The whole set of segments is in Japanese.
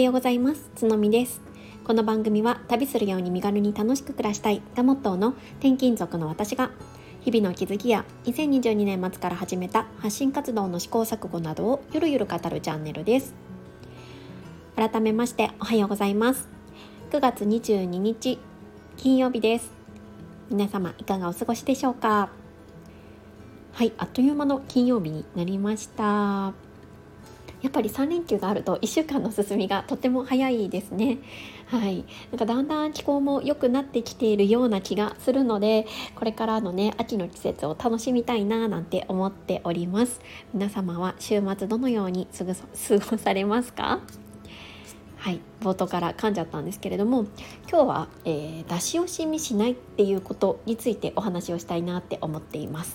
ようございます。つのみです。この番組は旅するように身軽に楽しく暮らしたいがモットーの転勤族の私が日々の気づきや2022年末から始めた発信活動の試行錯誤などをゆるゆる語るチャンネルです。改めましておはようございます。9月22日金曜日です。皆様いかがお過ごしでしょうか。はい、あっという間の金曜日になりました。やっぱり3連休があると1週間の進みがとても早いですね。はい、なんかだんだん気候も良くなってきているような気がするので、これからのね秋の季節を楽しみたいななんて思っております。皆様は週末どのように過ごされますか？はい、冒頭から噛んじゃったんですけれども、今日は、出し惜しみしないっていうことについてお話をしたいなって思っています。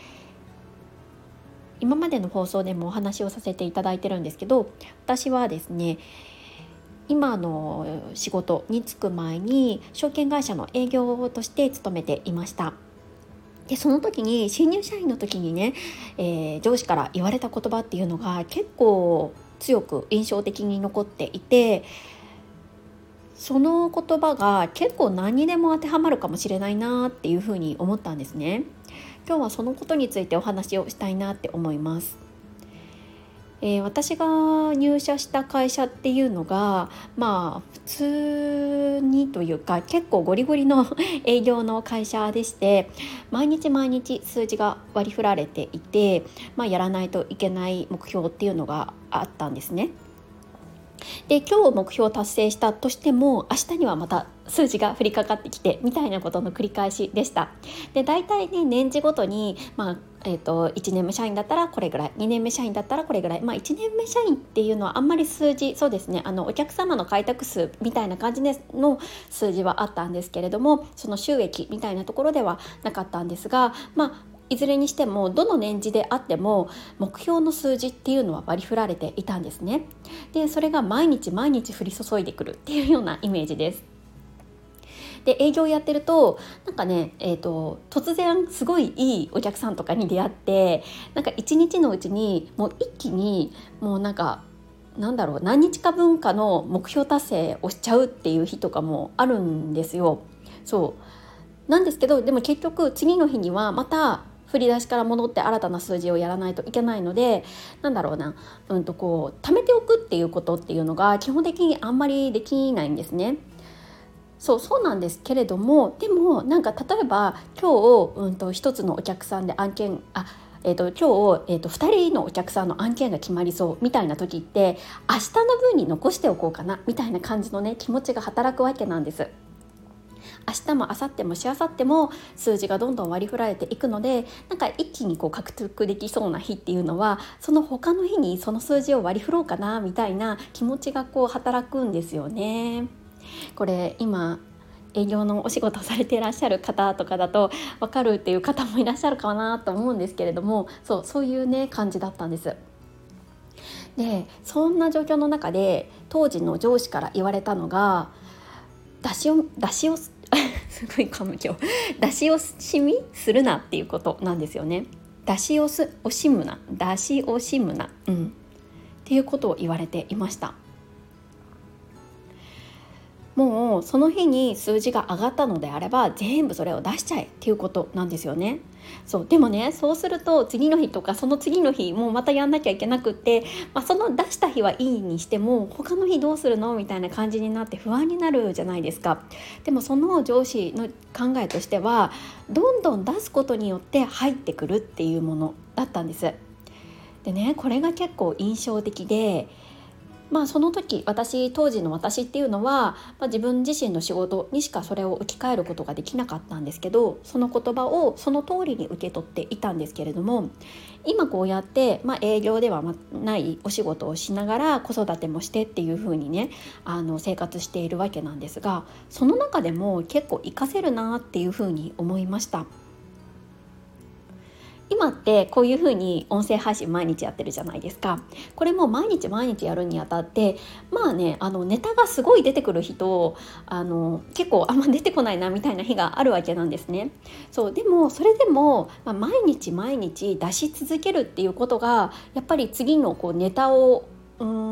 今までの放送でもお話をさせていただいてるんですけど、私はですね、今の仕事に就く前に証券会社の営業として勤めていました。でその時に新入社員の時にね、上司から言われた言葉っていうのが結構強く印象的に残っていて、その言葉が結構何にでも当てはまるかもしれないなっていうふうに思ったんですね。今日はそのことについてお話をしたいなって思います。私が入社した会社っていうのが普通にというか結構ゴリゴリの営業の会社でして、毎日毎日数字が割り振られていて、やらないといけない目標っていうのがあったんですね。で今日目標を達成したとしても明日にはまた数字が降りかかってきてみたいなことの繰り返しでした。で大体ね年次ごとに、1年目社員だったらこれぐらい、2年目社員だったらこれぐらい、1年目社員っていうのはあんまり数字、そうですね、お客様の開拓数みたいな感じの数字はあったんですけれども、その収益みたいなところではなかったんですが、いずれにしてもどの年次であっても目標の数字っていうのは割り振られていたんですね。でそれが毎日毎日降り注いでくるっていうようなイメージです。で営業やってると突然すごいいいお客さんとかに出会って、一日のうちにもう一気にもう何日か分かの目標達成をしちゃうっていう日とかもあるんですよ。そうなんですけど、でも結局次の日にはまた振り出しから戻って新たな数字をやらないといけないので、貯めておくっていうことっていうのが基本的にあんまりできないんですね。そうなんですけれども、でも例えば今日、一つのお客さんで案件今日、2人のお客さんの案件が決まりそうみたいな時って、明日の分に残しておこうかなみたいな感じのね気持ちが働くわけなんです。明日も明後日もしあさっても数字がどんどん割り振られていくので、一気に獲得できそうな日っていうのはその他の日にその数字を割り振ろうかなみたいな気持ちが働くんですよね。これ今営業のお仕事されていらっしゃる方とかだと分かるっていう方もいらっしゃるかなと思うんですけれども、そういうね感じだったんです。でそんな状況の中で当時の上司から言われたのが出しすごい噛む今日出し惜しみするなっていうことなんですよね。出し惜しむなっていうことを言われていました。もうその日に数字が上がったのであれば全部それを出しちゃえっていうことなんですよね。でもねそうすると次の日とかその次の日もまたやんなきゃいけなくって、その出した日はいいにしても他の日どうするのみたいな感じになって不安になるじゃないですか。でもその上司の考えとしてはどんどん出すことによって入ってくるっていうものだったんです。でねこれが結構印象的で、その時当時の私っていうのは、自分自身の仕事にしかそれを置き換えることができなかったんですけど、その言葉をその通りに受け取っていたんですけれども、今こうやって、営業ではないお仕事をしながら子育てもしてっていう風にね生活しているわけなんですが、その中でも結構活かせるなっていう風に思いました。今ってこういう風に音声配信毎日やってるじゃないですか。これも毎日毎日やるにあたってネタがすごい出てくる日と結構あんま出てこないなみたいな日があるわけなんですね。でもそれでも、毎日毎日出し続けるっていうことがやっぱり次のネタを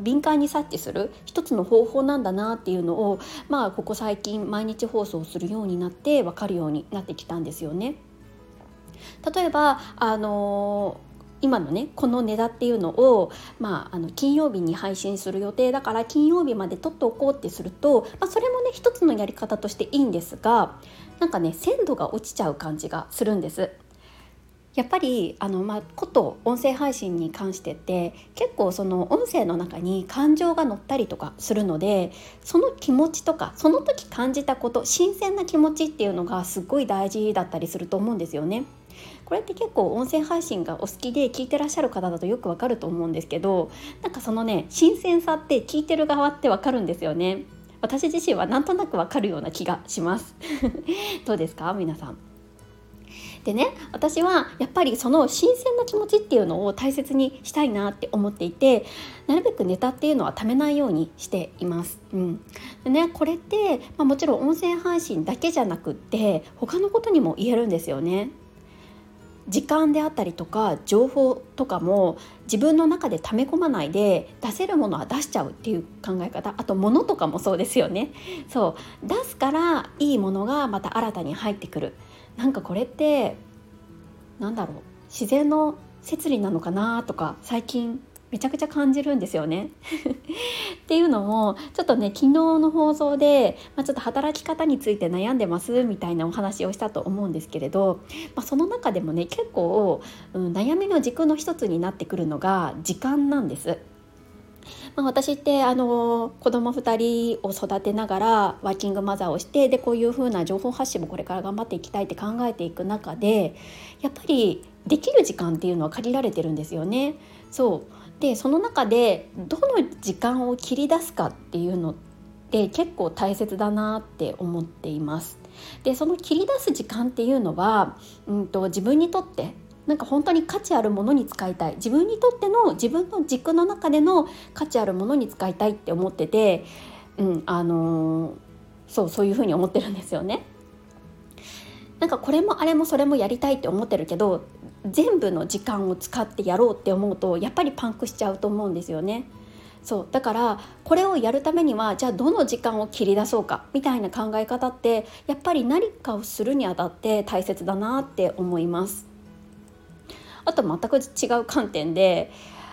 敏感に察知する一つの方法なんだなっていうのを、ここ最近毎日放送するようになって分かるようになってきたんですよね。例えば今のねこのネタっていうのを、金曜日に配信する予定だから金曜日まで撮っておこうってすると、それもね一つのやり方としていいんですが、なんかね鮮度が落ちちゃう感じがするんです。やっぱりこと音声配信に関してって結構その音声の中に感情が乗ったりとかするので、その気持ちとかその時感じたこと、新鮮な気持ちっていうのがすごい大事だったりすると思うんですよね。これって結構音声配信がお好きで聞いてらっしゃる方だとよくわかると思うんですけど、なんかそのね新鮮さって聞いてる側ってわかるんですよね。私自身はなんとなくわかるような気がしますどうですか皆さん。でね、私はやっぱりその新鮮な気持ちっていうのを大切にしたいなって思っていて、なるべくネタっていうのはためないようにしています。でね、これって、もちろん音声配信だけじゃなくって他のことにも言えるんですよね。時間であったりとか情報とかも自分の中で溜め込まないで出せるものは出しちゃうっていう考え方、あと物とかもそうですよね。そう出すからいいものがまた新たに入ってくる。なんかこれって自然の摂理なのかなとか最近めちゃくちゃ感じるんですよねっていうのもちょっとね昨日の放送で、ちょっと働き方について悩んでますみたいなお話をしたと思うんですけれど、その中でもね結構、悩みの軸の一つになってくるのが時間なんです。私って子供2人を育てながらワーキングマザーをして、でこういう風な情報発信もこれから頑張っていきたいって考えていく中で、やっぱりできる時間っていうのは限られてるんですよね。でその中でどの時間を切り出すかっていうのって結構大切だなって思っています。でその切り出す時間っていうのは、自分にとって本当に価値あるものに使いたい、自分にとっての自分の軸の中での価値あるものに使いたいって思ってて、そういうふうに思ってるんですよね。これもあれもそれもやりたいって思ってるけど、全部の時間を使ってやろうって思うとやっぱりパンクしちゃうと思うんですよね。だからこれをやるためにはじゃあどの時間を切り出そうかみたいな考え方ってやっぱり何かをするにあたって大切だなって思います。あと全く違う観点で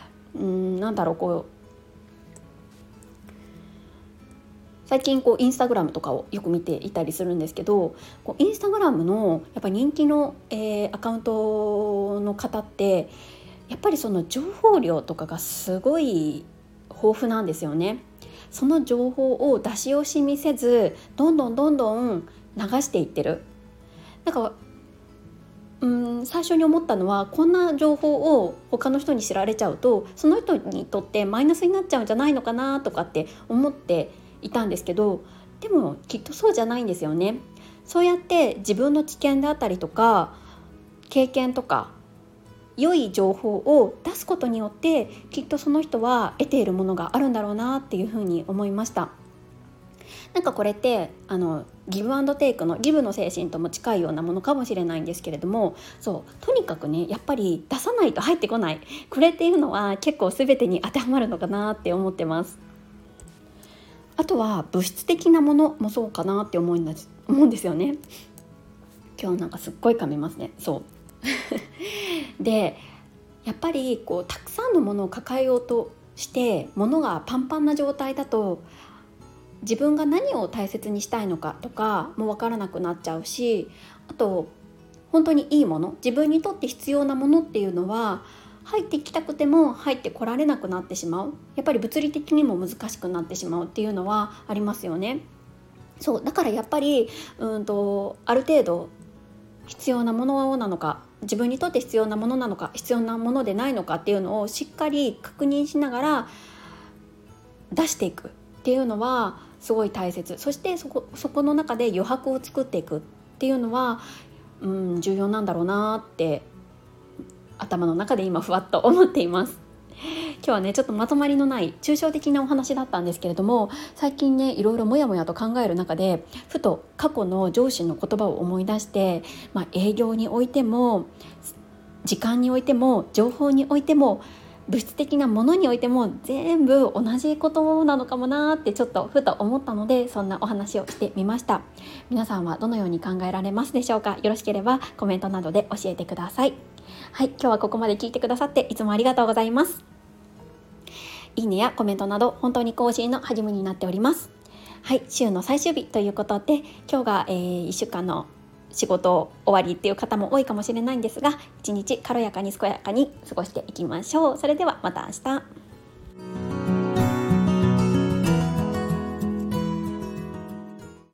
最近インスタグラムとかをよく見ていたりするんですけど、インスタグラムのやっぱり人気の、アカウントの方ってやっぱりその情報量とかがすごい豊富なんですよね。その情報を出し惜しみせずどんどん流していってる。最初に思ったのは、こんな情報を他の人に知られちゃうとその人にとってマイナスになっちゃうんじゃないのかなとかって思っていたんですけど、でもきっとそうじゃないんですよね。そうやって自分の知見であったりとか経験とか良い情報を出すことによってきっとその人は得ているものがあるんだろうなっていうふうに思いました。これってギブアンドテイクのギブの精神とも近いようなものかもしれないんですけれども、とにかくねやっぱり出さないと入ってこない、これっていうのは結構全てに当てはまるのかなって思ってます。あとは物質的なものもそうかなって思うんですよね。今日すっごい噛みますね。でやっぱりたくさんのものを抱えようとして物がパンパンな状態だと自分が何を大切にしたいのかとかも分からなくなっちゃうし、あと本当にいいもの、自分にとって必要なものっていうのは入ってきたくても入ってこられなくなってしまう、やっぱり物理的にも難しくなってしまうっていうのはありますよね。だからやっぱりある程度必要なものなのか、自分にとって必要なものなのか必要なものでないのかっていうのをしっかり確認しながら出していくっていうのはすごい大切。そしてそこの中で余白を作っていくっていうのは、重要なんだろうなって頭の中で今ふわっと思っています。今日はねちょっとまとまりのない抽象的なお話だったんですけれども、最近ねいろいろもやもやと考える中でふと過去の上司の言葉を思い出して、営業においても時間においても情報においても物質的なものにおいても全部同じことなのかもなってちょっとふと思ったので、そんなお話をしてみました。皆さんはどのように考えられますでしょうか？よろしければコメントなどで教えてください。はい、今日はここまで聞いてくださっていつもありがとうございます。いいねやコメントなど本当に更新の励みになっております。はい、週の最終日ということで今日が、1週間の仕事終わりっていう方も多いかもしれないんですが、一日軽やかに健やかに過ごしていきましょう。それではまた明日。